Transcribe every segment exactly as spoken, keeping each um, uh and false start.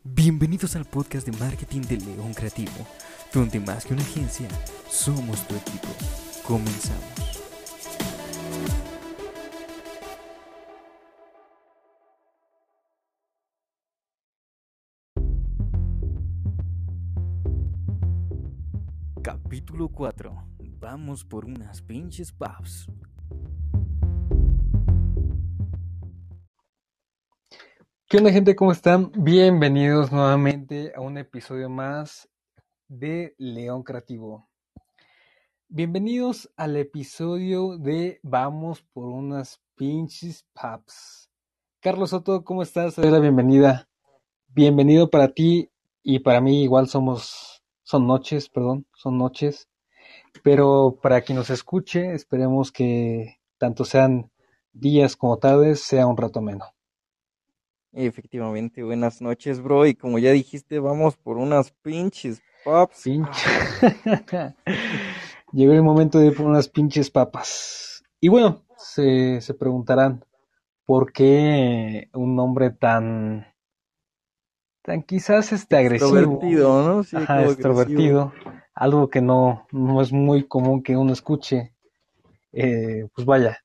Bienvenidos al podcast de marketing de León Creativo, donde más que una agencia, somos tu equipo. Comenzamos. Capítulo cuatro. Vamos por unas pinches pubs. ¿Qué onda, gente? ¿Cómo están? Bienvenidos nuevamente a un episodio más de León Creativo. Bienvenidos al episodio de Vamos por unas pinches pubs. Carlos Soto, ¿cómo estás? Te doy la bienvenida. Bienvenido para ti y para mí igual somos, son noches, perdón, son noches. Pero para quien nos escuche, esperemos que tanto sean días como tardes, sea un rato menos. Efectivamente, buenas noches, bro. Y como ya dijiste, vamos por unas pinches pops. Pinche. Llegó el momento de ir por unas pinches papas. Y bueno, se, se preguntarán por qué un nombre tan, tan quizás este agresivo, Extrovertido, ¿no? Sí, ajá, como agresivo. extrovertido, algo que no, no es muy común que uno escuche, eh, pues vaya,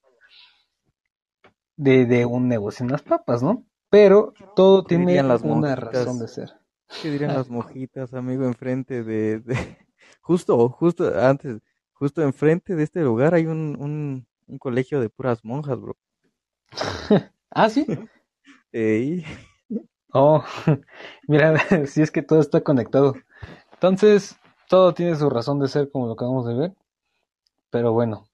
de, de un negocio en las papas, ¿no? Pero todo ¿Qué dirían tiene las una razón de monjitas? ser. ¿Qué dirían las monjitas, amigo, enfrente de, de... Justo, justo antes, justo enfrente de este lugar hay un, un, un colegio de puras monjas, bro. Ah, sí. Ey, Oh, mira, si es que todo está conectado. Entonces, todo tiene su razón de ser, como lo acabamos de ver. Pero bueno,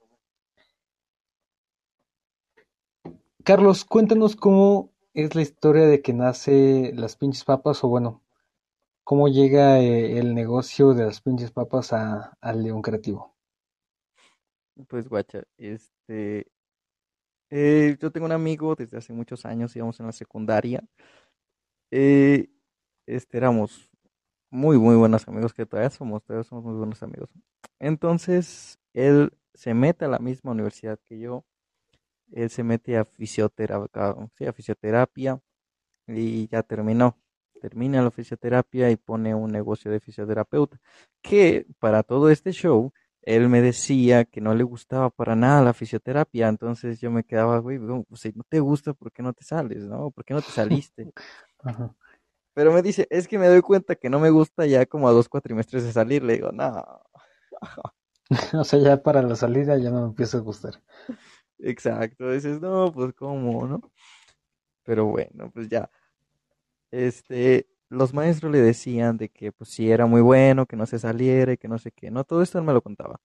Carlos, cuéntanos cómo es la historia de que nace las pinches papas, o bueno, cómo llega eh, el negocio de las pinches papas a, al León Creativo. pues guacha, este... eh, yo tengo un amigo desde hace muchos años, íbamos en la secundaria. Eh, este, éramos muy, muy buenos amigos que todavía somos, todavía somos muy buenos amigos. Entonces, él se mete a la misma universidad que yo, él se mete a fisioterapia, sí, a fisioterapia y ya terminó. Termina la fisioterapia y pone un negocio de fisioterapeuta, que para todo este show, él me decía que no le gustaba para nada la fisioterapia, entonces yo me quedaba, güey, no, pues, si no te gusta, ¿por qué no te sales, no? ¿Por qué no te saliste? Ajá. Pero me dice, es que me doy cuenta que no me gusta ya como a dos cuatrimestres de salir. Le digo, no, O sea, ya para la salida ya no me empieza a gustar. exacto. Dices, no, pues cómo, ¿no? Pero bueno, pues ya. Este, los maestros le decían de que pues sí era muy bueno, que no se saliera y que no sé qué. No, todo esto él me lo contaba.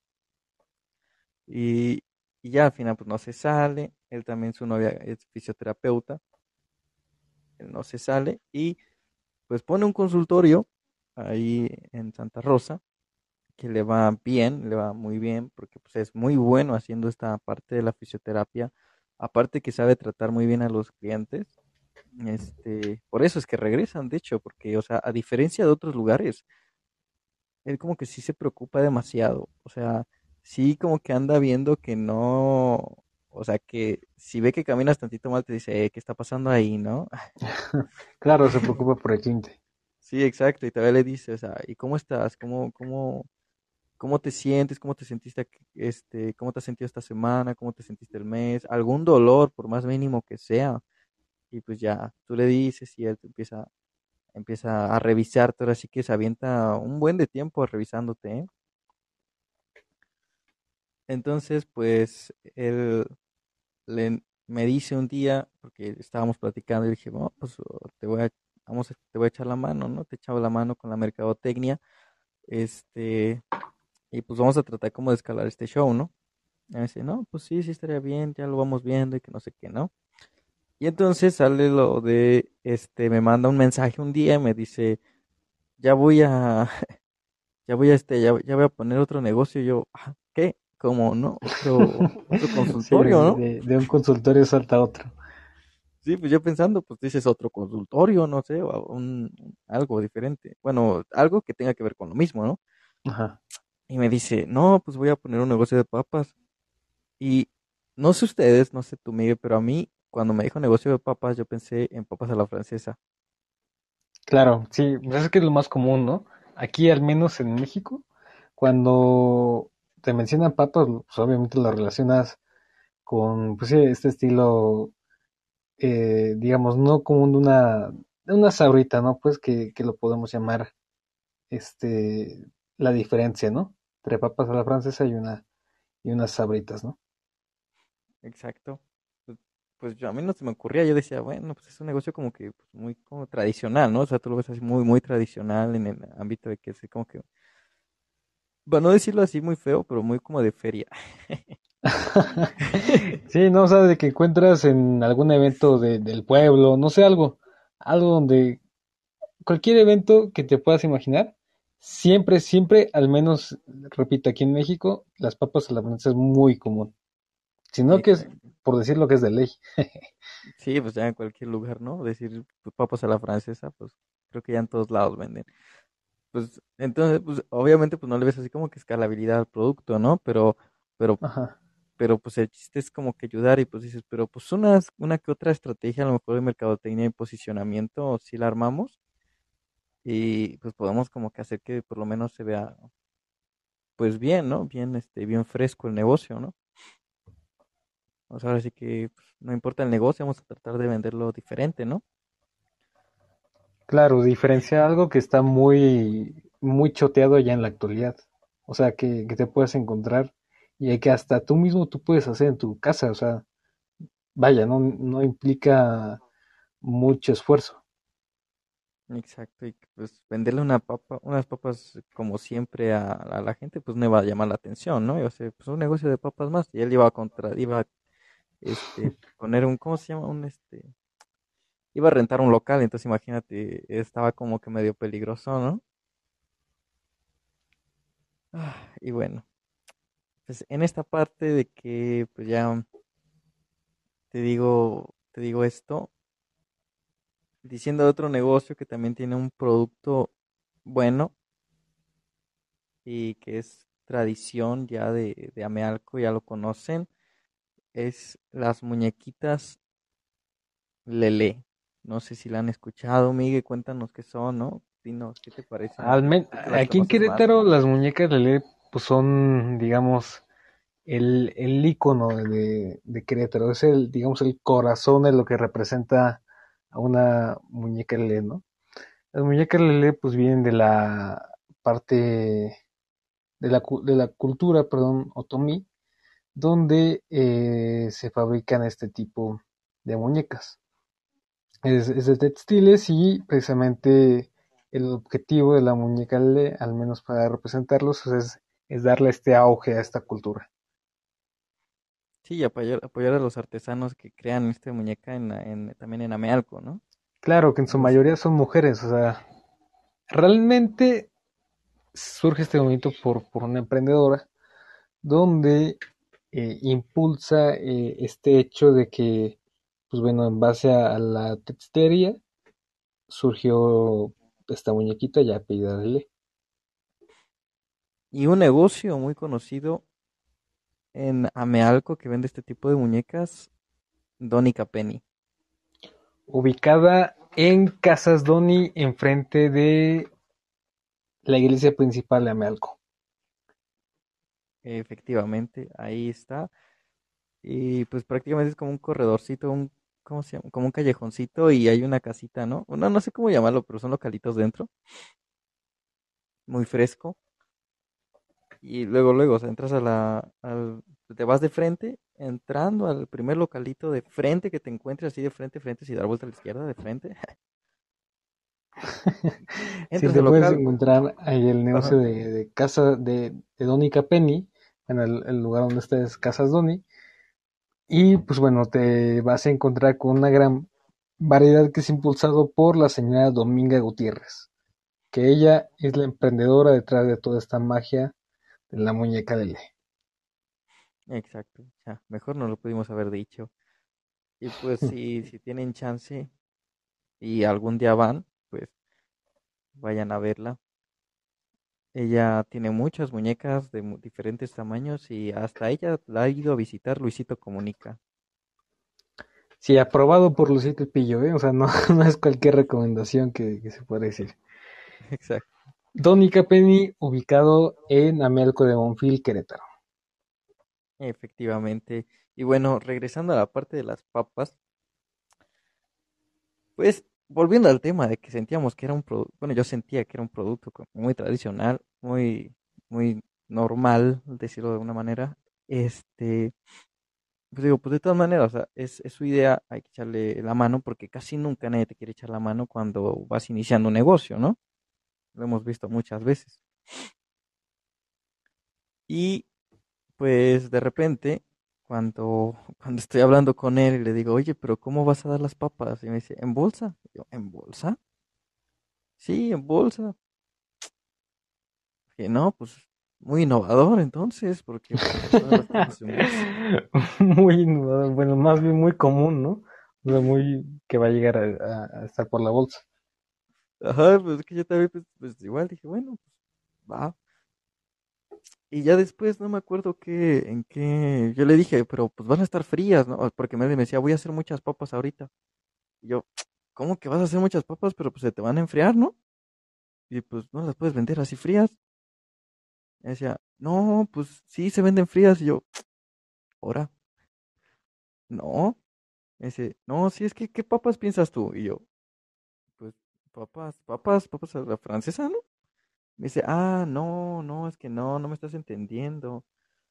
Y, y ya al final pues no se sale. Él también, su novia es fisioterapeuta. Él no se sale y pues pone un consultorio ahí en Santa Rosa que le va bien, le va muy bien, porque pues es muy bueno haciendo esta parte de la fisioterapia, aparte que sabe tratar muy bien a los clientes, este, por eso es que regresan, de hecho, porque, o sea, a diferencia de otros lugares, él como que sí se preocupa demasiado, o sea, sí como que anda viendo que no, o sea, que si ve que caminas tantito mal, te dice, eh, ¿qué está pasando ahí, no? Claro, se preocupa por el cliente. Sí, exacto, y todavía le dice, o sea, ¿y cómo estás? ¿Cómo, cómo, ¿Cómo te sientes? ¿Cómo te sentiste? aquí- Este, ¿cómo te has sentido esta semana? ¿Cómo te sentiste el mes? ¿Algún dolor, por más mínimo que sea? Y pues ya, tú le dices y él te empieza, empieza a revisarte. Ahora sí que se avienta un buen de tiempo revisándote, ¿eh? Entonces, pues, él le, me dice un día, porque estábamos platicando, y dije, bueno, pues oh, te voy a, vamos, a- te voy a echar la mano, ¿no? Te he echado la mano con la mercadotecnia, este, y pues vamos a tratar como de escalar este show, ¿no? Y me dice, no, pues sí, sí estaría bien, ya lo vamos viendo y que no sé qué, ¿no? Y entonces sale lo de, este, me manda un mensaje un día y me dice, ya voy a, ya voy a, este, ya, ya voy a poner otro negocio. Y yo, "Ah, ¿qué? ¿Cómo, no? Otro, otro Sí, consultorio, de, ¿no? de- de un consultorio salta a otro. Sí, pues yo pensando, pues dices otro consultorio, no sé, o un, algo diferente. Bueno, algo que tenga que ver con lo mismo, ¿no? Ajá. Y me dice, no, pues voy a poner un negocio de papas. Y no sé ustedes, no sé tú, Miguel, pero a mí, cuando me dijo negocio de papas, yo pensé en papas a la francesa. Claro, sí, pues es que es lo más común, ¿no? Aquí, al menos en México, cuando te mencionan papas, pues obviamente lo relacionas con, pues sí, este estilo, eh, digamos, no común de una, de una sabrita, ¿no? Pues que, que lo podemos llamar, este, la diferencia, ¿no? Entre papas a la francesa y una, y unas sabritas, ¿no? Exacto. Pues, pues yo a mí no se me ocurría, yo decía, bueno, pues es un negocio como que pues, muy como tradicional, ¿no? O sea, tú lo ves así muy, muy tradicional en el ámbito de que es como que, para no decirlo así muy feo, pero muy como de feria. Sí, no, o sea, de que encuentras en algún evento de- del pueblo, no sé, algo, algo donde cualquier evento que te puedas imaginar, siempre, siempre, al menos, repito, aquí en México, las papas a la francesa es muy común. Sino que es, Exacto. por decirlo que es de ley. Sí, pues ya en cualquier lugar, ¿no? Decir pues, papas a la francesa, pues creo que ya en todos lados venden. Pues entonces, pues obviamente pues no le ves así como que escalabilidad al producto, ¿no? Pero, pero, Ajá. pero pues el chiste es como que ayudar y pues dices, pero pues unas, una que otra estrategia a lo mejor de mercadotecnia y posicionamiento si la armamos y pues podemos como que hacer que por lo menos se vea pues bien, ¿no? Bien, este, bien fresco el negocio, ¿no? O sea, ahora sí que pues, no importa el negocio, vamos a tratar de venderlo diferente, ¿no? Claro, diferencia algo que está muy, muy choteado ya en la actualidad. O sea, que, que te puedes encontrar y que hasta tú mismo tú puedes hacer en tu casa. O sea, vaya, no, no implica mucho esfuerzo. Exacto, y que, pues venderle una papa, unas papas como siempre a, a la gente, pues no iba a llamar la atención, ¿no? Iba a ser pues un negocio de papas más, y él iba a contra, iba a este poner un, ¿cómo se llama? Un este, iba a rentar un local, entonces imagínate, estaba como que medio peligroso, ¿no? Ah, y bueno, pues en esta parte de que pues ya te digo, te digo esto, diciendo de otro negocio que también tiene un producto bueno y que es tradición ya de, de Amealco, ya lo conocen, es las muñequitas Lele. No sé si la han escuchado, Miguel, cuéntanos qué son, ¿no? Dinos, ¿qué te parecen? Al men- Tú que las Aquí en conoces más. Querétaro las muñecas Lelé pues son, digamos, el, el ícono de, de Querétaro. Es el, digamos, el corazón de lo que representa a una muñeca Lelé, ¿no? Las muñecas Lelé pues vienen de la parte de la, cu- de la cultura, perdón, otomí, donde eh, se fabrican este tipo de muñecas. Es, es de textiles y precisamente el objetivo de la muñeca Lelé, al menos para representarlos, es, es darle este auge a esta cultura. Sí, y apoyar, apoyar a los artesanos que crean esta muñeca en, en- también en Amealco, ¿no? Claro que en su Entonces, mayoría son mujeres, o sea, realmente surge este movimiento por, por una emprendedora donde eh, impulsa eh, este hecho de que, pues bueno, en base a, a la textería surgió esta muñequita ya apellida Lele. y un negocio muy conocido en Amealco que vende este tipo de muñecas, Donica Penny. Ubicada en Casas Doni, enfrente de la iglesia principal de Amealco. Efectivamente, ahí está. Y pues prácticamente es como un corredorcito, un, ¿cómo se llama? Como un callejoncito y hay una casita, ¿no? No, no sé cómo llamarlo, pero son localitos dentro, muy fresco. Y luego, luego, o sea, entras a la, al, te vas de frente, entrando al primer localito de frente que te encuentres así de frente, frente, si dar vuelta a la izquierda, de frente. Si Entras te al puedes local, encontrar ahí el negocio ajá. de, de casa de, de Donica Penny, en el, el lugar donde está es Casas Doni, y pues bueno, te vas a encontrar con una gran variedad que es impulsado por la señora Dominga Gutiérrez, que ella es la emprendedora detrás de toda esta magia de la muñeca Lele. Exacto, ya, mejor no lo pudimos haber dicho. Y pues si, si tienen chance y algún día van, pues vayan a verla. Ella tiene muchas muñecas de mu- diferentes tamaños y hasta ella la ha ido a visitar Luisito Comunica. Sí, aprobado por Lucito Pillo, ¿eh? O sea, no, no es cualquier recomendación que, que se puede decir. Exacto. Donica Penny, ubicado en Amelco de Bonfil, Querétaro. Efectivamente. Y bueno, regresando a la parte de las papas, pues volviendo al tema de que sentíamos que era un producto, bueno, yo sentía que era un producto como muy tradicional, muy, muy normal, decirlo de alguna manera. Este, pues digo, pues de todas maneras, o sea, es, es su idea, hay que echarle la mano porque casi nunca nadie te quiere echar la mano cuando vas iniciando un negocio, ¿no? Lo hemos visto muchas veces. Y pues de repente, cuando, cuando estoy hablando con él y le digo, oye, pero ¿cómo vas a dar las papas? Y me dice, ¿en bolsa? Y yo, ¿en bolsa? Sí, en bolsa. Que no, pues muy innovador entonces, porque pues todas las cosas en bolsa. Muy innovador, bueno, más bien muy común, ¿no? O sea, muy que va a llegar a, a- a estar por la bolsa. Ajá, pues es que yo también, pues, pues igual dije, bueno, pues va. Y ya después no me acuerdo qué, en qué, yo le dije, pero pues van a estar frías, ¿no? Porque me me decía, voy a hacer muchas papas ahorita. Y yo, ¿cómo que vas a hacer muchas papas? Pero pues se te van a enfriar, ¿no? Y pues no las puedes vender así frías. Y decía, no, pues sí se venden frías. Y yo, ahora, no. Y dice, no, sí es que, ¿qué papas piensas tú? Y yo, pues papas, papas, papas a la francesa, ¿no? Me dice, ah, no, no, es que no, no me estás entendiendo.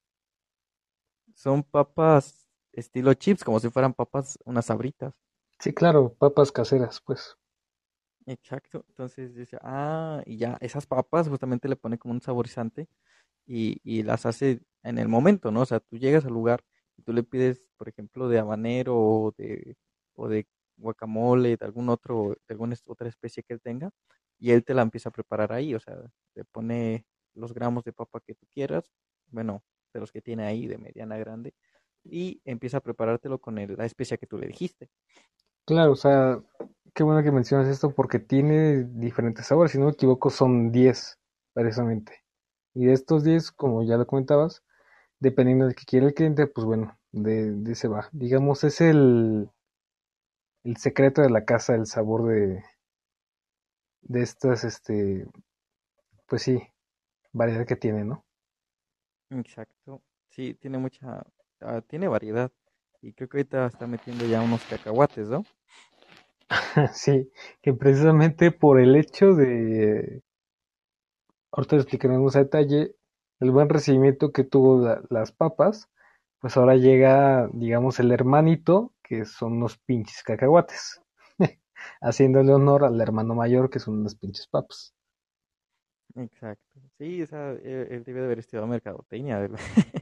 Son papas estilo chips, como si fueran papas, unas sabritas. Sí, claro, papas caseras, pues. Exacto. Entonces dice, ah, y ya, esas papas justamente le pone como un saborizante y, y las hace en el momento, ¿no? O sea, tú llegas al lugar y tú le pides, por ejemplo, de habanero o de, o de guacamole, de algún otro, de alguna es- otra especie que él tenga, y él te la empieza a preparar ahí, o sea, te pone los gramos de papa que tú quieras, bueno, de los que tiene ahí, de mediana a grande, y empieza a preparártelo con el- la especia que tú le dijiste. Claro, o sea, qué bueno que mencionas esto porque tiene diferentes sabores. Si no me equivoco, son diez precisamente. Y de estos diez, como ya lo comentabas, dependiendo de qué quiere el cliente, pues bueno, de, de ese va. Digamos, es el, el secreto de la casa, el sabor de, de estas, este, pues sí, variedad que tiene, ¿no? Exacto. Sí, tiene mucha, ah, tiene variedad. Y creo que ahorita está metiendo ya unos cacahuates, ¿no? Sí, que precisamente por el hecho de, ahorita lo explicaremos a detalle, el buen recibimiento que tuvo la- las papas, pues ahora llega, digamos, el hermanito, que son unos pinches cacahuates, haciéndole honor al hermano mayor, que son unas pinches papas. Exacto. Sí, o sea, él, él debe de haber estudiado mercadotecnia, ¿verdad?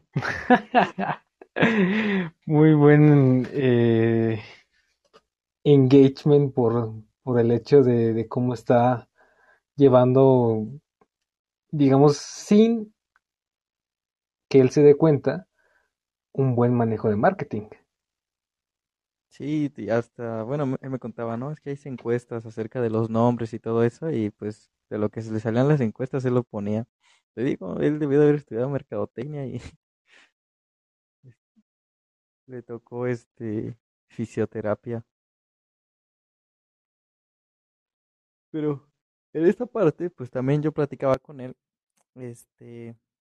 Muy buen eh, engagement por, por el hecho de, de cómo está llevando, digamos, sin que él se dé cuenta, un buen manejo de marketing. Sí, y hasta, bueno, me- él me contaba, ¿no? Es que hay encuestas acerca de los nombres y todo eso, y pues de lo que se le salían las encuestas, él lo ponía. Te digo, él debió de haber estudiado mercadotecnia y le tocó este fisioterapia. Pero en esta parte, pues también yo platicaba con él, este,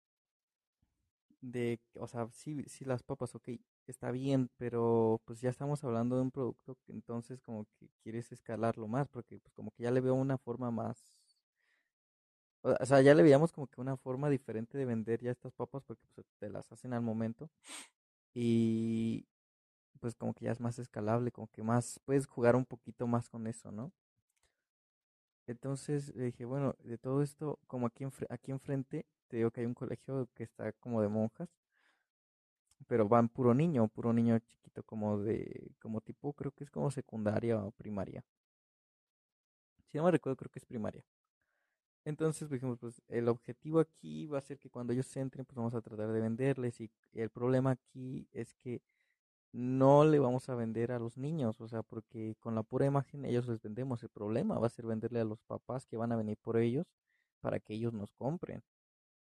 de, o sea, sí, sí las papas, ok, está bien, pero pues ya estamos hablando de un producto que entonces como que quieres escalarlo más, porque pues como que ya le veo una forma más, o o sea, ya le veíamos como que una forma diferente de vender ya estas papas porque pues te las hacen al momento y pues como que ya es más escalable, como que más, puedes jugar un poquito más con eso, ¿no? Entonces le dije, bueno, de todo esto, como aquí, enfre- aquí enfrente, te digo que hay un colegio que está como de monjas, pero van puro niño, puro niño chiquito, como de, como tipo, creo que es como secundaria o primaria. Si no me recuerdo, creo que es primaria. Entonces dijimos, pues el objetivo aquí va a ser que cuando ellos entren, pues vamos a tratar de venderles y el problema aquí es que no le vamos a vender a los niños, o sea, porque con la pura imagen ellos les vendemos. El problema va a ser venderle a los papás que van a venir por ellos para que ellos nos compren.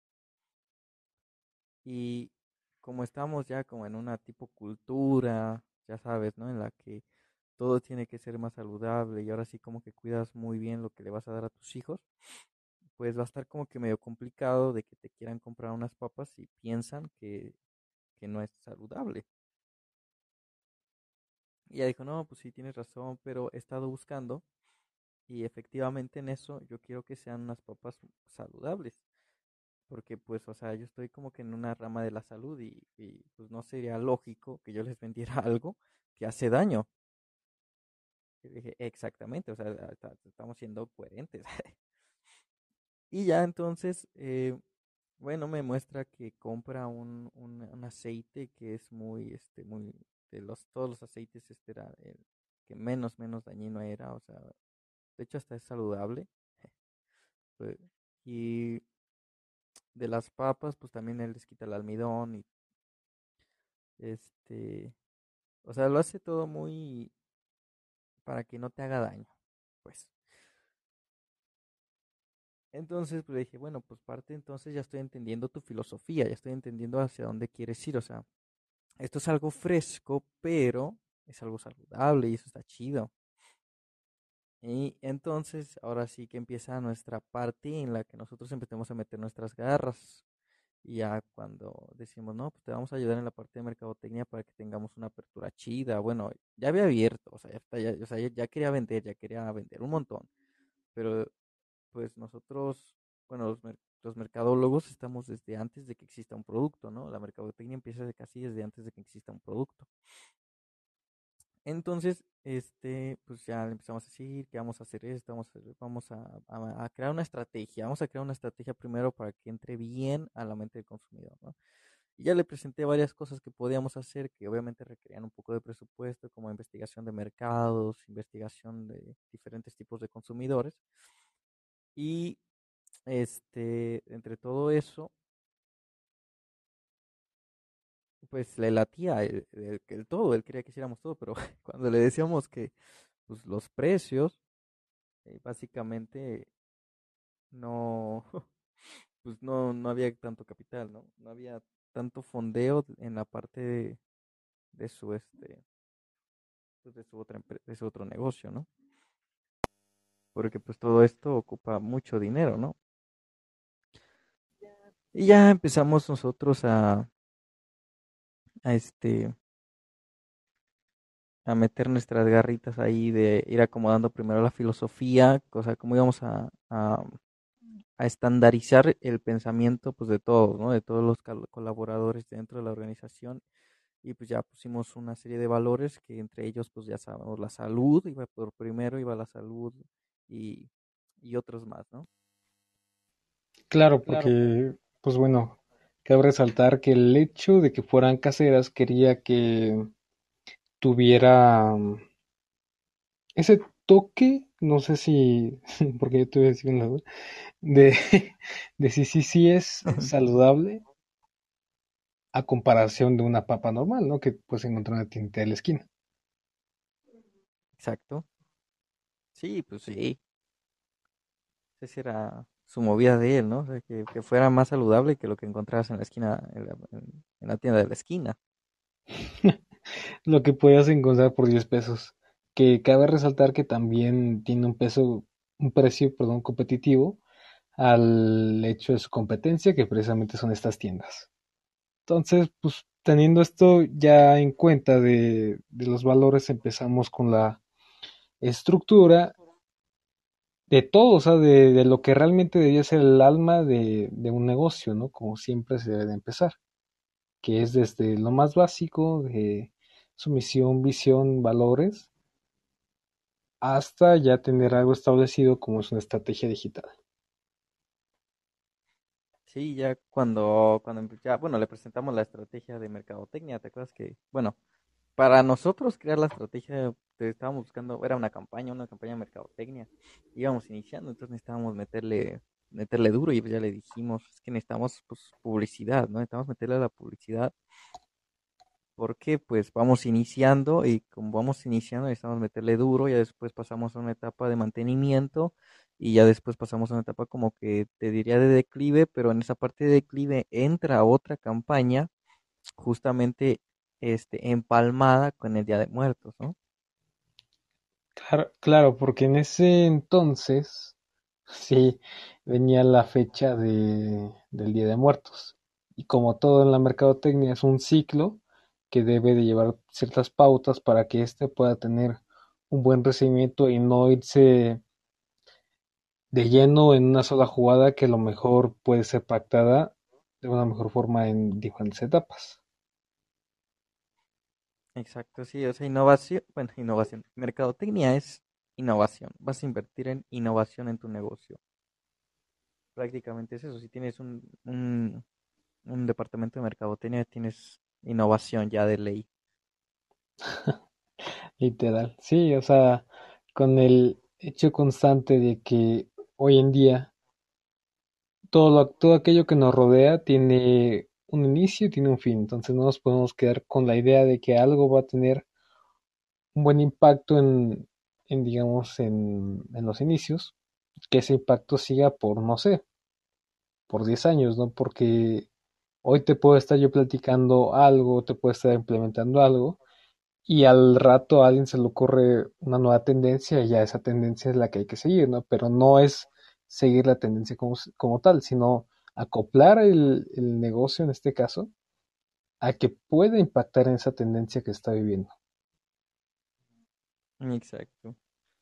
Y como estamos ya como en una tipo cultura ya sabes, ¿no? En la que todo tiene que ser más saludable y ahora sí como que cuidas muy bien lo que le vas a dar a tus hijos, pues va a estar como que medio complicado de que te quieran comprar unas papas y piensan que, que no es saludable. Y ella dijo, no, pues sí, tienes razón, pero he estado buscando y efectivamente en eso yo quiero que sean unas papas saludables. Porque pues, o sea, yo estoy como que en una rama de la salud y, y, pues no sería lógico que yo les vendiera algo que hace daño. Y dije, exactamente, o sea, está- estamos siendo coherentes. Y ya entonces, eh, bueno, me muestra que compra un, un, un aceite que es muy, este, muy, de los, todos los aceites, este era el que menos, menos dañino era, o sea, de hecho hasta es saludable. pues, Y de las papas, pues también él les quita el almidón y este, o sea, lo hace todo muy para que no te haga daño, pues. Entonces, pues le dije, bueno, pues parte entonces ya estoy entendiendo tu filosofía, ya estoy entendiendo hacia dónde quieres ir, o sea, esto es algo fresco, pero es algo saludable y eso está chido. Y entonces, ahora sí que empieza nuestra parte en la que nosotros empezamos a meter nuestras garras. Y ya cuando decimos, no, pues te vamos a ayudar en la parte de mercadotecnia para que tengamos una apertura chida. Bueno, ya había abierto, o sea, ya, está- ya- o sea, ya ya quería vender, ya quería vender un montón. Pero pues nosotros, bueno, los, mer- los mercadólogos estamos desde antes de que exista un producto, ¿no? La mercadotecnia empieza de casi desde antes de que exista un producto. Entonces, este, pues ya le empezamos a decir que vamos a hacer esto, vamos a, hacer- vamos a, a- a crear una estrategia, vamos a crear una estrategia primero para que entre bien a la mente del consumidor, ¿no? Y ya le presenté varias cosas que podíamos hacer que obviamente requerían un poco de presupuesto, como investigación de mercados, investigación de diferentes tipos de consumidores. Y este, entre todo eso, pues le latía el, el- el todo, él quería que hiciéramos todo, pero cuando le decíamos que pues, los precios, eh, básicamente no, pues no, no había tanto capital, ¿no? No había tanto fondeo en la parte de, de su este, pues, de su otra empre- de su otro negocio, ¿no? Porque pues todo esto ocupa mucho dinero, ¿no? Y ya empezamos nosotros a, a este, a meter nuestras garritas ahí de ir acomodando primero la filosofía, cosa como íbamos a, a, a estandarizar el pensamiento pues de todos, ¿no? De todos los cal- colaboradores dentro de la organización y pues ya pusimos una serie de valores que entre ellos pues ya sabemos la salud, iba por primero, iba la salud y, y otros más, ¿no? Claro, Claro, porque, pues bueno, cabe resaltar que el hecho de que fueran caseras quería que tuviera mm, ese toque, no sé si, porque yo te voy a decir una duda, de, de si sí sí es saludable a comparación de una papa normal, ¿no? Que puedes encontrar en la tienda de la esquina. Exacto. Sí, pues sí. Esa era su movida de él, ¿no? O sea, que, que fuera más saludable que lo que encontrabas en la esquina, en la, en- en la tienda de la esquina. Lo que puedes encontrar por diez pesos. Que cabe resaltar que también tiene un peso, un precio, perdón, competitivo al hecho de su competencia, que precisamente son estas tiendas. Entonces, pues teniendo esto ya en cuenta de, de los valores, empezamos con la estructura de todo, o sea, de, de lo que realmente debería ser el alma de, de un negocio, ¿no? Como siempre se debe de empezar, que es desde lo más básico de su misión, visión, valores, hasta ya tener algo establecido como es una estrategia digital. Sí, ya cuando, cuando empe- ya, bueno, le presentamos la estrategia de mercadotecnia, ¿te acuerdas que, bueno, para nosotros crear la estrategia, te estábamos buscando, era una campaña, una campaña de mercadotecnia, íbamos iniciando, entonces necesitábamos meterle, meterle duro y pues ya le dijimos, es que necesitamos pues publicidad, ¿no? Necesitamos meterle a la publicidad porque pues vamos iniciando y como vamos iniciando necesitamos meterle duro, ya después pasamos a una etapa de mantenimiento y ya después pasamos a una etapa como que te diría de declive, pero en esa parte de declive entra otra campaña justamente este, empalmada con el Día de Muertos, ¿no? Claro, claro, porque en ese entonces sí venía la fecha de, del Día de Muertos. Y como todo en la mercadotecnia es un ciclo que debe de llevar ciertas pautas para que éste pueda tener un buen recibimiento y no irse de lleno en una sola jugada que a lo mejor puede ser pactada de una mejor forma en diferentes etapas. Exacto, sí, o sea, innovación, bueno, innovación, mercadotecnia es innovación, vas a invertir en innovación en tu negocio. Prácticamente es eso, si tienes un, un, un departamento de mercadotecnia, tienes innovación ya de ley. Literal. Sí, o sea, con el hecho constante de que hoy en día todo, lo- todo aquello que nos rodea tiene un inicio y tiene un fin. Entonces no nos podemos quedar con la idea de que algo va a tener un buen impacto en, en digamos, en, en los inicios, que ese impacto siga por, no sé, por diez años, ¿no? Porque hoy te puedo estar yo platicando algo, te puedo estar implementando algo, y al rato a alguien se le ocurre una nueva tendencia y ya esa tendencia es la que hay que seguir, ¿no? Pero no es seguir la tendencia como, como tal, sino acoplar el, el negocio en este caso a que pueda impactar en esa tendencia que está viviendo. Exacto.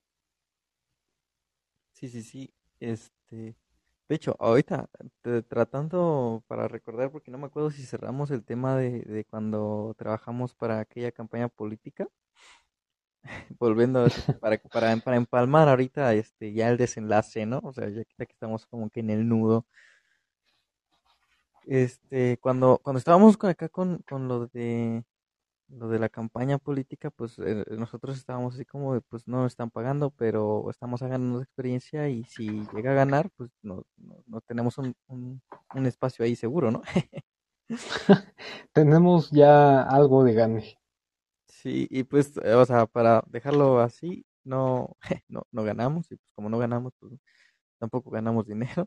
Sí, sí, sí. Este, de hecho, ahorita te- tratando para recordar, porque no me acuerdo si cerramos el tema de, de cuando trabajamos para aquella campaña política, volviendo así, para, para, para empalmar ahorita este, ya el desenlace, ¿no? O sea, ya que ya que estamos como que en el nudo. Este, cuando, cuando estábamos con acá con, con lo de lo de la campaña política, pues eh, nosotros estábamos así como de, pues no nos están pagando, pero estamos ganando experiencia y si llega a ganar, pues no, no, no tenemos un, un, un espacio ahí seguro, ¿no? Tenemos ya algo de gane. Sí, y pues, eh, o sea, para dejarlo así, no, no, no ganamos, y pues como no ganamos, pues tampoco ganamos dinero.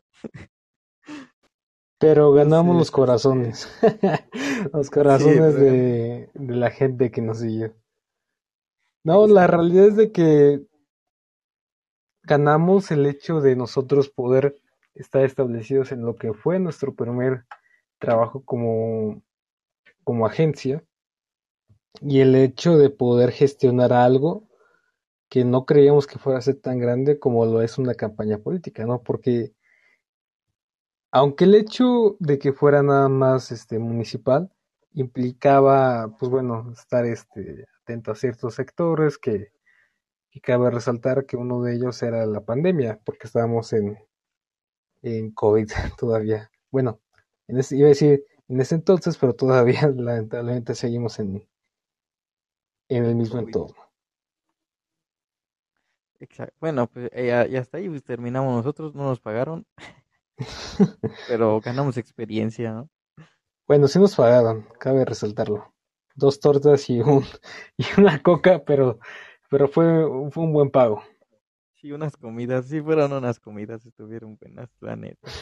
Pero ganamos los Entonces, este, corazones. Los sí, corazones pero gan- de, de la gente que nos siguió. No, la exacto, realidad es de que ganamos el hecho de nosotros poder estar establecidos en lo que fue nuestro primer trabajo como, como agencia y el hecho de poder gestionar algo que no creíamos que fuera a ser tan grande como lo es una campaña política, ¿no? Porque aunque el hecho de que fuera nada más este municipal implicaba, pues bueno, estar este atento a ciertos sectores que, que cabe resaltar que uno de ellos era la pandemia, porque estábamos en, en COVID todavía. Bueno, en ese, iba a decir en ese entonces, pero todavía lamentablemente seguimos en, en el en mismo COVID. entorno. Exacto. Bueno, pues eh, ya, ya está ahí, pues terminamos nosotros, no nos pagaron, pero ganamos experiencia, ¿no? Bueno, sí nos pagaron, cabe resaltarlo. Dos tortas y un y una coca, pero pero fue, fue un buen pago. Sí, unas comidas, sí fueron unas comidas, estuvieron buenas, la neta.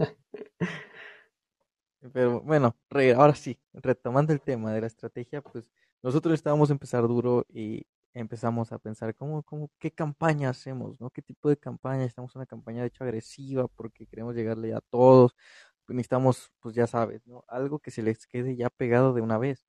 Pero bueno, re- ahora sí, retomando el tema de la estrategia, pues nosotros estábamos a empezar duro y empezamos a pensar cómo, cómo, qué campaña hacemos, ¿no? ¿Qué tipo de campaña? Estamos una campaña de hecho agresiva porque queremos llegarle a todos, pues necesitamos, pues ya sabes, ¿no? Algo que se les quede ya pegado de una vez.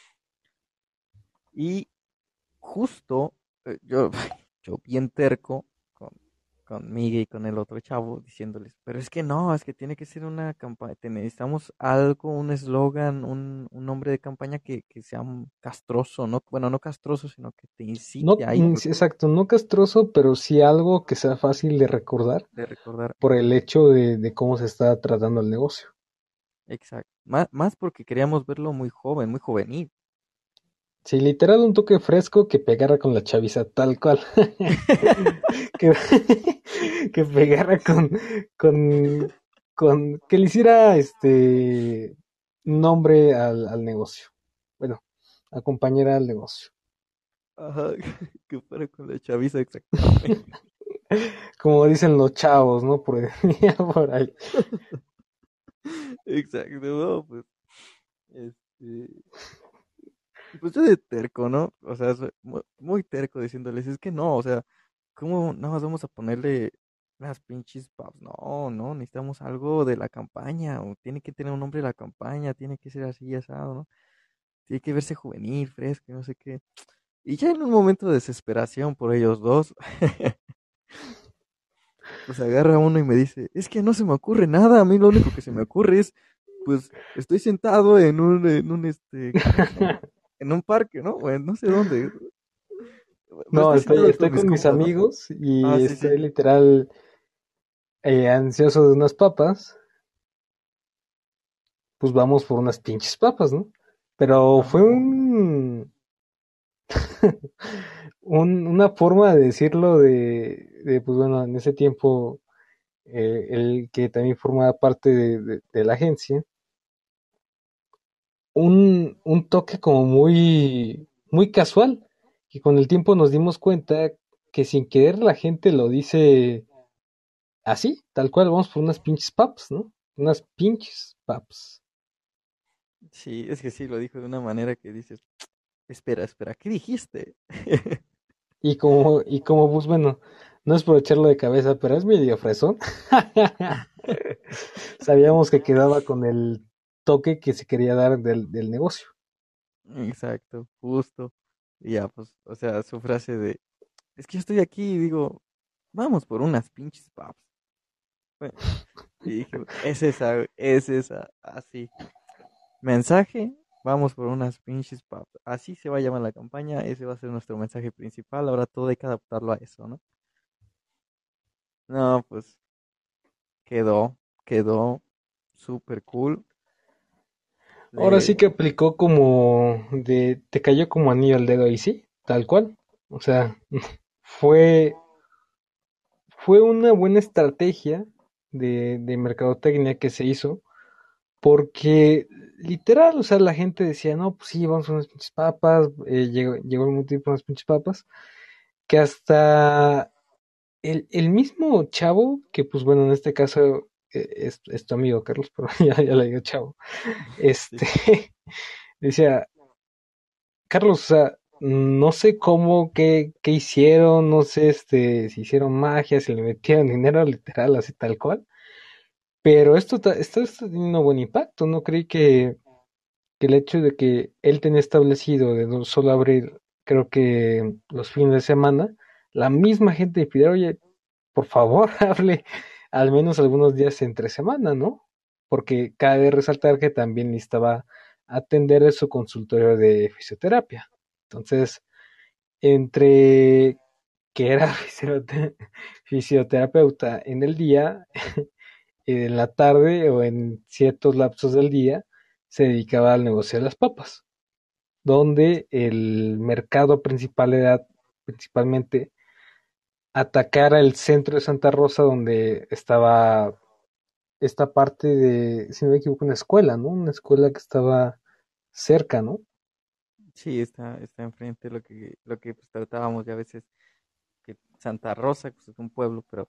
Y justo eh, yo, yo bien terco con, con Miguel y con el otro chavo diciéndoles, pero es que no, es que tiene que ser una campaña, necesitamos algo, un eslogan, un, un nombre de campaña que, que sea un castroso, ¿no? Bueno, no castroso, sino que te incite No, a mm, ir, sí, exacto, no castroso, pero sí algo que sea fácil de recordar de recordar, por el hecho de, de cómo se está tratando el negocio. exacto. Más, más porque queríamos verlo muy joven, muy juvenil. Sí, literal un toque fresco que pegara con la chaviza, tal cual. que, que pegara con, con, con, que le hiciera este nombre al, al negocio. Bueno, acompañara al negocio. Ajá, que fuera con la chaviza exactamente. Como dicen los chavos, ¿no? Por, por ahí. Exacto, no, pues, este, Pues yo de terco, ¿no? O sea, soy mu- muy terco diciéndoles, es que no, o sea, ¿cómo nada más vamos a ponerle las pinches pubs? No, no, necesitamos algo de la campaña, o tiene que tener un nombre de la campaña, tiene que ser así, asado, ¿no? Tiene que verse juvenil, fresco, y no sé qué. Y ya en un momento de desesperación por ellos dos, pues agarra uno y me dice, es que no se me ocurre nada, a mí lo único que se me ocurre es, pues, estoy sentado en un, en un, este, ¿cómo se llama? En un parque, ¿no? O en no sé dónde. Pues No, estoy estoy, sentado con estoy mis con mis compas, ¿no? amigos Ah, y sí, sí. estoy literal eh, ansioso de unas papas. Pues vamos por unas pinches papas, ¿no? Pero fue Ajá. un, un- una forma de decirlo de, de, pues bueno, en ese tiempo eh, el que también formaba parte de, de- de la agencia, un, un toque como muy, muy casual, que con el tiempo nos dimos cuenta que sin querer la gente lo dice así, tal cual, vamos por unas pinches papas, ¿no? Unas pinches papas. Sí, es que sí, lo dijo de una manera que dices, espera, espera, ¿qué dijiste? Y como, y como, pues bueno, no es por echarlo de cabeza, pero es medio fresón. Sabíamos que quedaba con el toque que se quería dar del, del negocio. Exacto, justo. Y ya, pues, o sea, su frase de, es que yo estoy aquí y digo, vamos por unas pinches paps. Bueno, y dije, es esa, güey, es esa, así. Mensaje, vamos por unas pinches paps. Así se va a llamar la campaña, ese va a ser nuestro mensaje principal. Ahora todo hay que adaptarlo a eso, ¿no? No, pues quedó, quedó súper cool. Ahora sí Le, que aplicó como de, te cayó como anillo al dedo y sí, tal cual. O sea, fue, fue una buena estrategia de, de mercadotecnia que se hizo, porque literal, o sea, la gente decía, no, pues sí, vamos a unas pinches papas, eh, llegó, llegó el momento de ir por unas pinches papas, que hasta el, el mismo chavo, que pues bueno, en este caso eh, es, es tu amigo Carlos, pero ya, ya le digo chavo, sí, este, decía, Carlos, o sea, no sé cómo, qué, qué hicieron, no sé este, si hicieron magia, si le metieron dinero literal, así tal cual, pero esto, ta- esto está teniendo buen impacto, no creí que, que el hecho de que él tenía establecido de no solo abrir, creo que los fines de semana, la misma gente pidió, oye, por favor, hable al menos algunos días entre semana, ¿no? Porque cabe resaltar que también necesitaba atender su consultorio de fisioterapia. Entonces, entre que era fisiote- fisioterapeuta en el día, en la tarde o en ciertos lapsos del día, se dedicaba al negocio de las papas, donde el mercado principal era principalmente atacar al centro de Santa Rosa, donde estaba esta parte de, si no me equivoco, una escuela, ¿no? Una escuela que estaba cerca, ¿no? sí, está, está enfrente lo que, lo que pues, tratábamos ya a veces, que Santa Rosa pues, es un pueblo, pero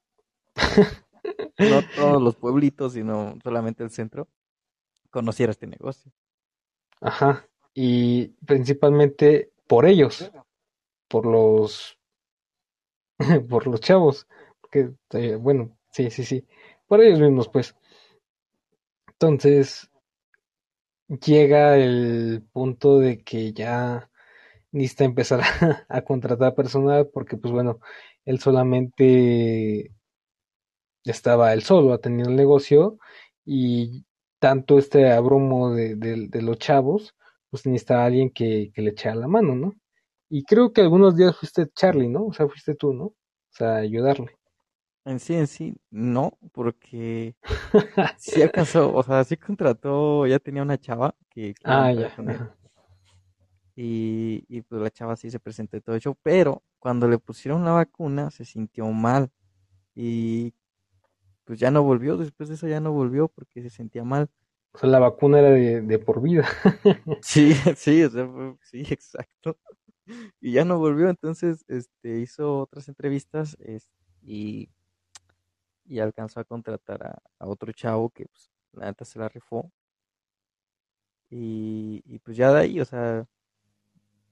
no todos los pueblitos, sino solamente el centro, conociera este negocio. Ajá. Y principalmente por ellos, por los, por los chavos, porque, eh, bueno, sí, sí, sí, por ellos mismos, pues. Entonces llega el punto de que ya necesita empezar a, a contratar personal porque, pues bueno, él solamente estaba él solo atendiendo el negocio y tanto este abrumo de, de- de los chavos, pues necesitaba alguien que, que le echara la mano, ¿no? Y creo que algunos días fuiste Charlie, ¿no? O sea, fuiste tú, ¿no? O sea, ayudarle. En sí, en sí, no, porque sí alcanzó, o sea, sí contrató, ya tenía una chava que, que iba a Ah, entrar ya. con él, Ajá. y, y pues la chava sí se presentó y todo eso, pero cuando le pusieron la vacuna se sintió mal, y pues ya no volvió, después de eso ya no volvió porque se sentía mal. O sea, la vacuna era de, de por vida. Sí, sí, o sea, fue- sí, exacto. Y ya no volvió, entonces este, hizo otras entrevistas es- y, y alcanzó a contratar a, a otro chavo que pues, la neta se la rifó. Y, y pues ya de ahí, o sea,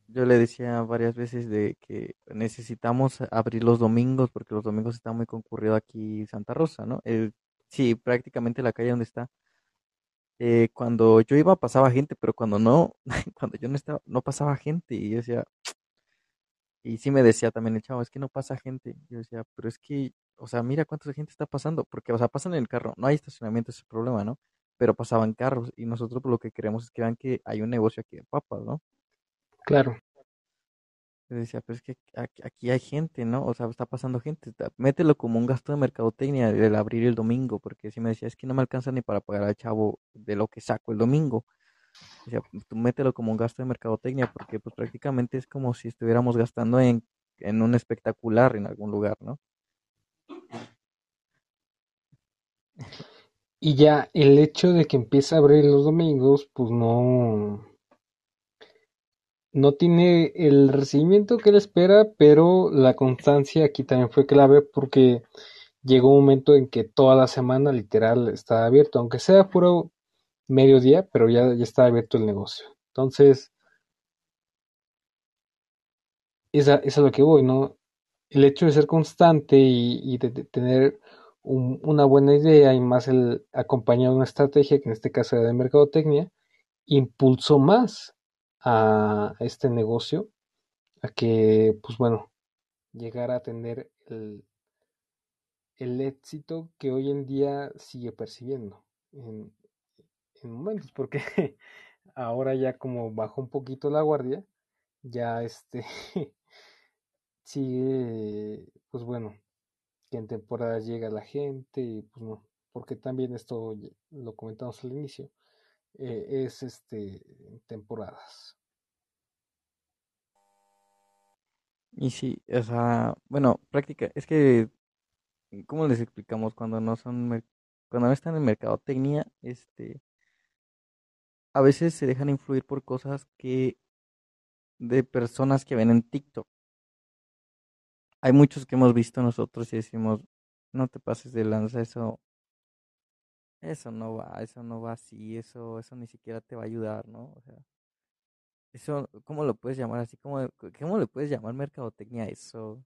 yo le decía varias veces de que necesitamos abrir los domingos porque los domingos está muy concurrido aquí Santa Rosa, ¿no? El, sí, prácticamente la calle donde está. Eh, cuando yo iba pasaba gente, pero cuando no, cuando yo no estaba, no pasaba gente. Y yo decía, y sí me decía también el chavo, es que no pasa gente. Yo decía, pero es que, o sea, mira cuánta gente está pasando, porque, o sea, pasan en el carro, no hay estacionamiento, ese es el problema, ¿no? Pero pasaban carros y nosotros pues, lo que queremos es que vean que hay un negocio aquí de papas, ¿no? Claro. Yo decía, pero es que aquí, aquí hay gente, ¿no? O sea, está pasando gente. ta- Mételo como un gasto de mercadotecnia el abrir el domingo, porque si me decía, es que no me alcanza ni para pagar al chavo de lo que saco el domingo. Decía, "Pues tú mételo como un gasto de mercadotecnia, porque pues prácticamente es como si estuviéramos gastando en, en un espectacular en algún lugar, ¿no? Y ya el hecho de que empiece a abrir los domingos, pues no, no tiene el recibimiento que él espera, pero la constancia aquí también fue clave porque llegó un momento en que toda la semana literal estaba abierto, aunque sea puro mediodía, pero ya, ya está abierto el negocio. Entonces, esa, es a lo que voy, ¿no? El hecho de ser constante y, y de, de tener un- una buena idea y más el acompañado de una estrategia, que en este caso era de mercadotecnia, impulsó más a este negocio a que, pues bueno, llegara a tener el, el éxito que hoy en día sigue percibiendo en, en momentos, porque ahora ya como bajó un poquito la guardia, ya este sigue, pues bueno, que en temporadas llega la gente y pues no, porque también esto lo comentamos al inicio, eh, es este temporadas. Y sí, o sea, bueno, práctica, es que, ¿cómo les explicamos? Cuando no son, mer- cuando no están en mercadotecnia, este, a veces se dejan influir por cosas que, de personas que ven en TikTok. Hay muchos que hemos visto nosotros y decimos, no te pases de lanza, eso, eso no va, eso no va así, eso, eso ni siquiera te va a ayudar, ¿no? O sea, eso, ¿cómo lo puedes llamar así? ¿Cómo, cómo le puedes llamar mercadotecnia a eso?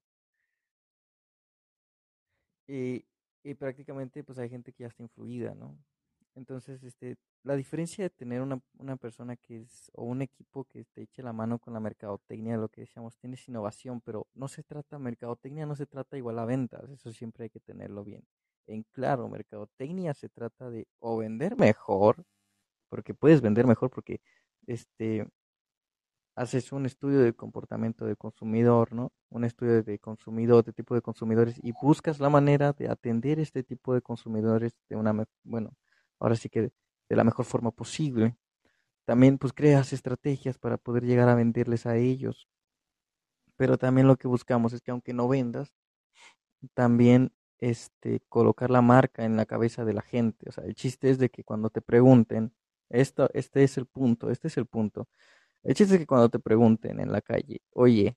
Y, y prácticamente pues hay gente que ya está influida, ¿no? Entonces, este, la diferencia de tener una, una persona que es, o un equipo que te eche la mano con la mercadotecnia, lo que decíamos, tienes innovación, pero no se trata, mercadotecnia no se trata igual a ventas, eso siempre hay que tenerlo bien. En claro, mercadotecnia se trata de o vender mejor, porque puedes vender mejor, porque este, haces un estudio de comportamiento del consumidor, ¿no? Un estudio de consumidor, de tipo de consumidores, y buscas la manera de atender este tipo de consumidores de una, me- bueno, ahora sí que de, de la mejor forma posible. También pues creas estrategias para poder llegar a venderles a ellos, pero también lo que buscamos es que aunque no vendas, también este, colocar la marca en la cabeza de la gente. O sea, el chiste es de que cuando te pregunten, esto, este es el punto, este es el punto. El chiste es que cuando te pregunten en la calle, oye,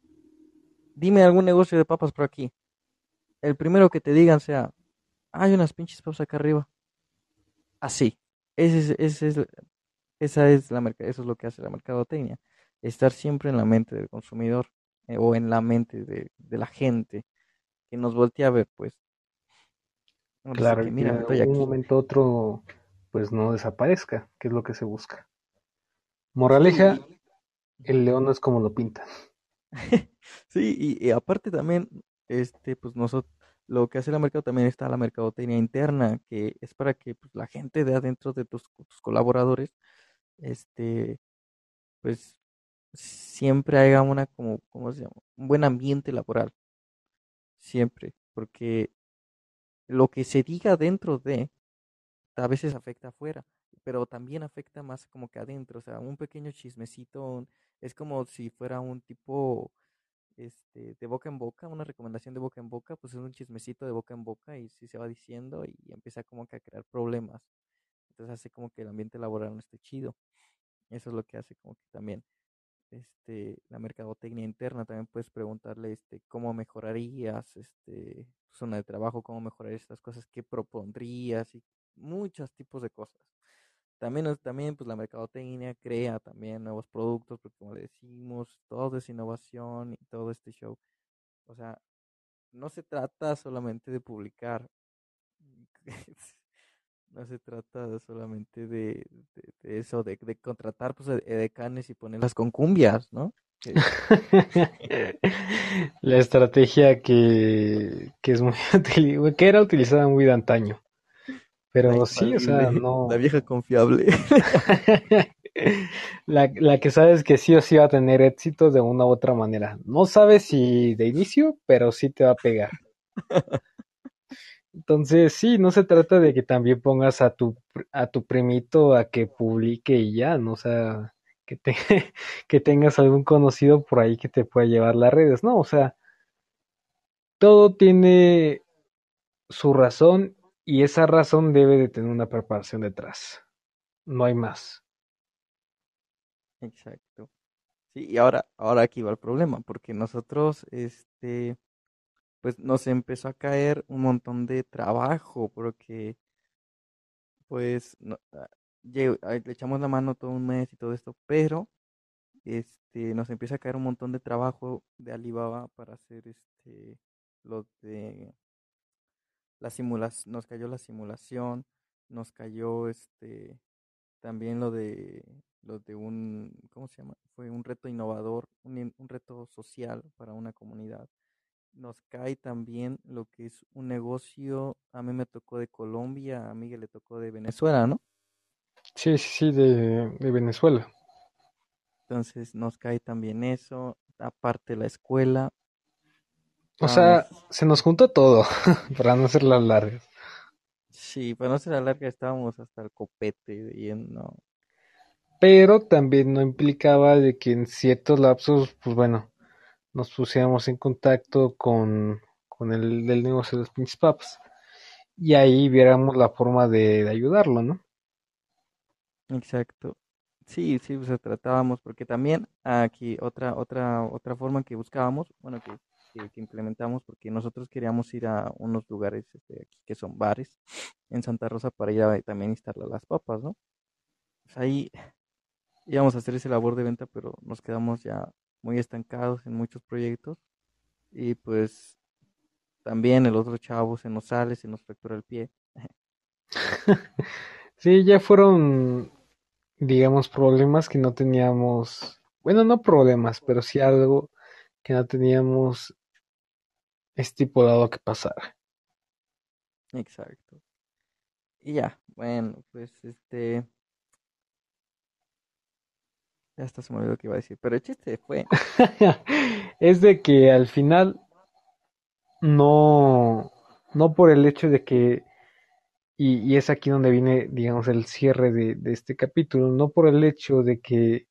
dime algún negocio de papas por aquí. El primero que te digan sea, hay unas pinches papas acá arriba. Así. Ese es, ese es, esa es la merca- eso es lo que hace la mercadotecnia. Estar siempre en la mente del consumidor eh, o en la mente de, de la gente que nos voltea a ver, pues. Ahora sí Claro, que, y que mira, de estoy un aquí. momento a otro pues no desaparezca, que es lo que se busca. Moraleja, Sí, el león no es como lo pintan. sí, y, y aparte también, este, pues nosotros, lo que hace la mercado también está la mercadotecnia interna, que es para que pues, la gente de adentro de tus, tus colaboradores, este, pues siempre haya una como, ¿cómo se llama? Un buen ambiente laboral, siempre, porque lo que se diga dentro de, a veces afecta afuera, pero también afecta más como que adentro, o sea, un pequeño chismecito, un- es como si fuera un tipo este, de boca en boca, una recomendación de boca en boca, pues es un chismecito de boca en boca y sí se va diciendo y empieza como que a crear problemas. Entonces hace como que el ambiente laboral no esté chido. Eso es lo que hace como que también este, la mercadotecnia interna. También puedes preguntarle este, cómo mejorarías este, tu zona de trabajo, cómo mejorar estas cosas, qué propondrías y muchos tipos de cosas. también, es- también pues la mercadotecnia crea también nuevos productos, porque como le decimos, todo es innovación y todo este show. O sea, no se trata solamente de publicar, no se trata solamente de, de- de eso, de, de contratar pues ed- edecanes y ponerlas con cumbias, ¿no? Que- La estrategia que, que es muy utili- que era utilizada muy de antaño. la Pero sí, o sea, infalible, la no. vieja confiable. La, la que sabes que sí o sí va a tener éxito de una u otra manera. No sabes si de inicio, pero sí te va a pegar. Entonces, sí, no se trata de que también pongas a tu, pr- a tu primito a que publique y ya, ¿no? O sea, que te, que tengas algún conocido por ahí que te pueda llevar las redes, ¿no? O sea, todo tiene su razón y esa razón debe de tener una preparación detrás. No hay más. Exacto. Sí, y ahora, ahora aquí va el problema, porque nosotros, este, pues nos empezó a caer un montón de trabajo, porque pues no- ah, lle- ah, le echamos la mano todo un mes y todo esto, pero este, nos empieza a caer un montón de trabajo de Alibaba para hacer este, lo de la simulación, nos cayó la simulación, nos cayó este, también lo de, lo de un, ¿cómo se llama? Fue un reto innovador, un, in- un reto social para una comunidad. Nos cae también lo que es un negocio, a mí me tocó de Colombia, a Miguel le tocó de Venezuela, ¿no? Sí, sí, sí, de, de Venezuela. Entonces nos cae también eso, aparte la escuela, O estábamos, sea, se nos juntó todo, para no hacerlas largas. sí, para no ser la larga, estábamos hasta el copete y en- no, Pero también no implicaba de que en ciertos lapsos, pues bueno, nos pusiéramos en contacto con, con el del negocio de los pinches papas. Y ahí viéramos la forma de, de ayudarlo, ¿no? exacto. Sí, sí, pues tratábamos, porque también aquí otra, otra, otra forma que buscábamos, bueno, que, que, que implementamos, porque nosotros queríamos ir a unos lugares este, aquí que son bares en Santa Rosa para ir a también instalar las papas, ¿no? Pues ahí íbamos a hacer esa labor de venta, pero nos quedamos ya muy estancados en muchos proyectos y pues también el otro chavo se nos sale, se nos fractura el pie. Sí, ya fueron, digamos, problemas que no teníamos, bueno, no problemas, pero sí algo que no teníamos estipulado que pasara. Exacto. Y ya, bueno, pues este, ya hasta se me olvidó lo que iba a decir, pero el chiste fue, Es de que al final no, no por el hecho de que, y, y es aquí donde viene, digamos, el cierre de, de este capítulo, no por el hecho de que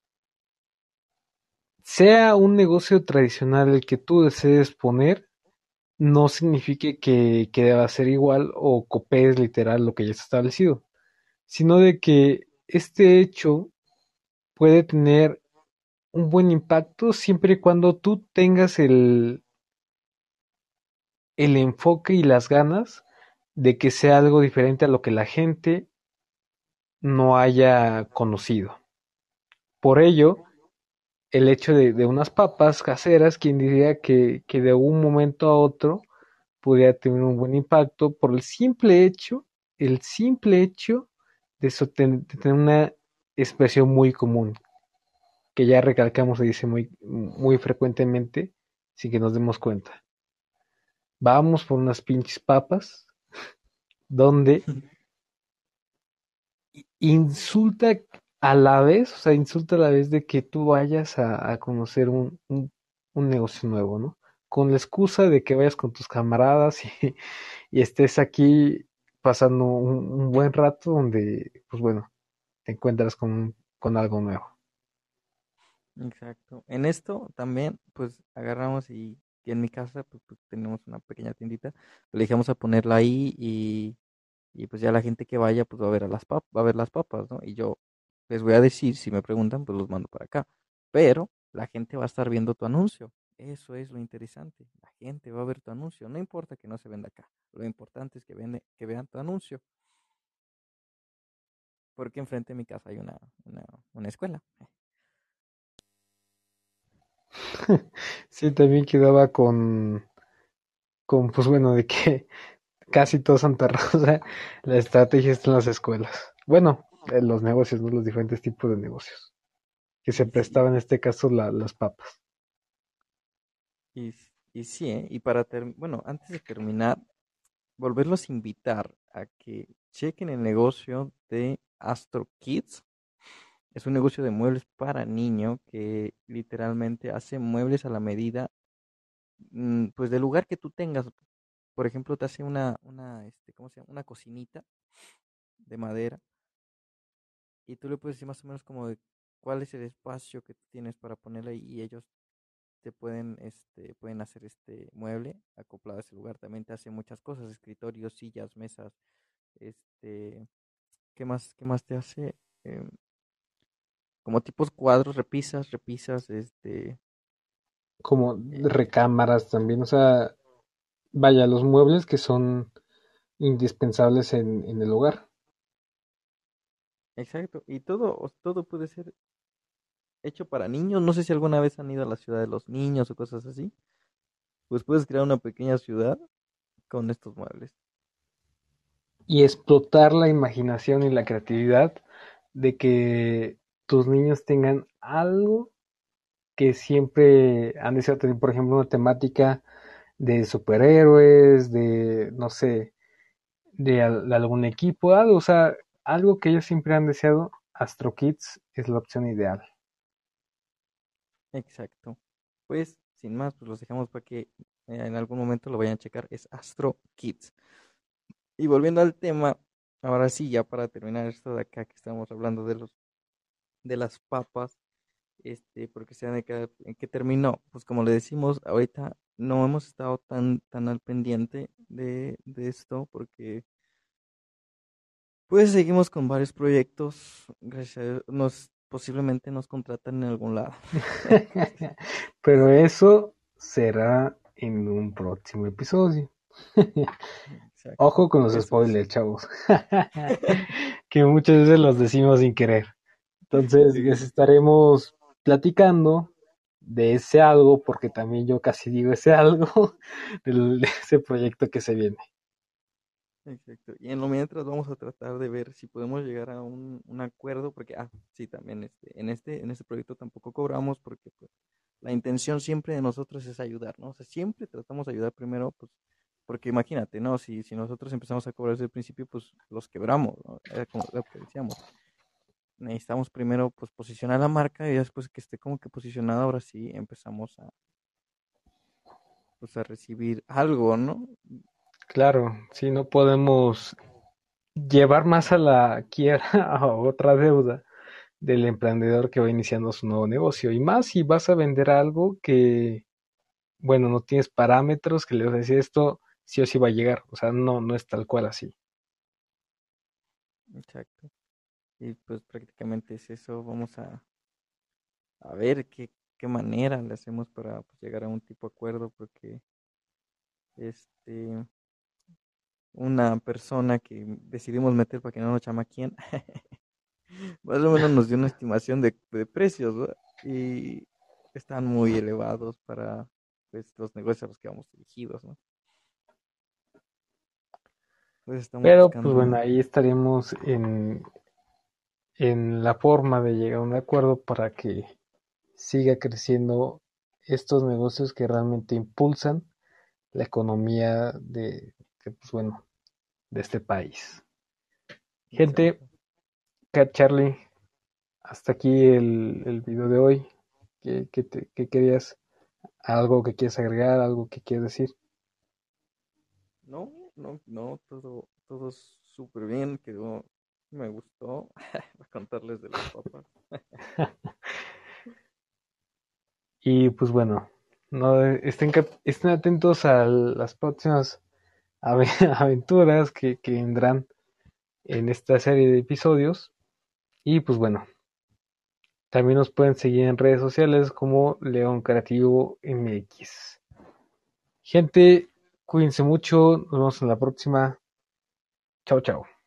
sea un negocio tradicional el que tú desees poner, no signifique que, que deba ser igual o copies literal lo que ya está establecido, sino de que este hecho puede tener un buen impacto siempre y cuando tú tengas el, el enfoque y las ganas de que sea algo diferente a lo que la gente no haya conocido. Por ello, el hecho de, de unas papas caseras, quien diría que, que de un momento a otro pudiera tener un buen impacto por el simple hecho, el simple hecho de, soten- de tener una expresión muy común, que ya recalcamos se dice muy, muy frecuentemente, sin que nos demos cuenta. Vamos por unas pinches papas, donde insulta a la vez, o sea, insulta a la vez de que tú vayas a, a conocer un, un, un negocio nuevo, ¿no? Con la excusa de que vayas con tus camaradas y, y estés aquí pasando un, un buen rato donde, pues bueno, te encuentras con, con algo nuevo. exacto. En esto también, pues agarramos y, y en mi casa, pues, pues, tenemos una pequeña tiendita, pues, le dijimos a ponerla ahí y, y pues ya la gente que vaya, pues va a ver a las papas, va a ver las papas, ¿no? Y yo les voy a decir, si me preguntan, pues los mando para acá. Pero la gente va a estar viendo tu anuncio. Eso es lo interesante. La gente va a ver tu anuncio. No importa que no se venda acá. Lo importante es que, vende, que vean tu anuncio. porque enfrente de mi casa hay una, una, una escuela. Sí, también quedaba con, con, pues bueno, de que casi todo Santa Rosa, la estrategia está en las escuelas. Bueno, en los negocios, ¿no? Los diferentes tipos de negocios que se Sí, prestaban en este caso la- las papas. y, s- y sí, ¿eh? Y para ter- bueno, antes de terminar, volverlos a invitar a que chequen el negocio de Astro Kids. Es un negocio de muebles para niño que literalmente hace muebles a la medida, mm, pues del lugar que tú tengas. Por ejemplo, te hace una, una, este, ¿cómo se llama? Una cocinita de madera y tú le puedes decir más o menos como de cuál es el espacio que tú tienes para ponerla ahí y ellos te pueden, este, pueden hacer este mueble acoplado a ese lugar. También te hace muchas cosas, escritorios, sillas, mesas, este, ¿qué más, qué más te hace? Em, como tipos cuadros, repisas, repisas, este, Como eh, recámaras también, o sea, vaya, los muebles que son indispensables en, en el hogar. exacto. Y todo, o- todo puede ser hecho para niños. No sé si alguna vez han ido a la ciudad de los niños o cosas así. Pues puedes crear una pequeña ciudad con estos muebles. Y explotar la imaginación y la creatividad de que tus niños tengan algo que siempre han deseado tener, por ejemplo, una temática de superhéroes, de, no sé, de, al- de algún equipo, algo, o sea, algo que ellos siempre han deseado, Astro Kids es la opción ideal. Exacto. Pues, sin más, pues los dejamos para que eh, en algún momento lo vayan a checar. Es Astro Kids. Y volviendo al tema, ahora sí, ya para terminar esto de acá que estamos hablando de los de las papas, este, porque se de que, en qué terminó. Pues como le decimos, ahorita no hemos estado tan, tan al pendiente de, de esto, porque pues seguimos con varios proyectos, gracias a Dios, nos posiblemente nos contratan en algún lado. Pero eso será en un próximo episodio. Exacto, Ojo con los eso es. spoilers, chavos. Que muchas veces los decimos sin querer. Entonces, les estaremos platicando de ese algo, porque también yo casi digo ese algo, del- de ese proyecto que se viene. Exacto. Y en lo mientras vamos a tratar de ver si podemos llegar a un, un acuerdo, porque, ah, sí, también este, en este, en este proyecto tampoco cobramos, porque pues, la intención siempre de nosotros es ayudar, ¿no? O sea, siempre tratamos de ayudar primero, pues, porque imagínate, ¿no? Si, si nosotros empezamos a cobrar desde el principio, pues los quebramos, ¿no? Era como lo que decíamos. Necesitamos primero, pues, posicionar la marca y después que esté como que posicionada, ahora sí empezamos a, pues, a recibir algo, ¿no? Claro, si no podemos llevar más a la quiera a otra deuda del emprendedor que va iniciando su nuevo negocio. Y más si vas a vender algo que, bueno, no tienes parámetros que le vas a decir esto sí o sí va a llegar. O sea, no, no es tal cual así. Exacto. Y pues prácticamente es eso. Vamos a, a ver qué, qué manera le hacemos para pues, llegar a un tipo de acuerdo, porque este una persona que decidimos meter para que no nos chamaquien, más o menos nos dio una estimación de, de precios, ¿no? Y están muy elevados para pues, los negocios a los que vamos dirigidos, ¿no? Pues estamos Pero pues buscando. bueno, ahí estaremos en, en la forma de llegar a un acuerdo para que siga creciendo estos negocios que realmente impulsan la economía de, de, pues bueno, de este país. Gente, Exacto. Cat Charlie, hasta aquí el, el video de hoy. ¿Qué, qué, te- qué querías? ¿Algo que quieres agregar? ¿Algo que quieres decir? No, no, no, todo, todo súper bien, quedó, me gustó. Voy a contarles de las papas. Y pues bueno, no estén, cap- estén atentos a las próximas ave- aventuras que, que vendrán en esta serie de episodios. Y pues bueno, también nos pueden seguir en redes sociales como León Creativo M X. Gente, cuídense mucho, nos vemos en la próxima. Chao, chao.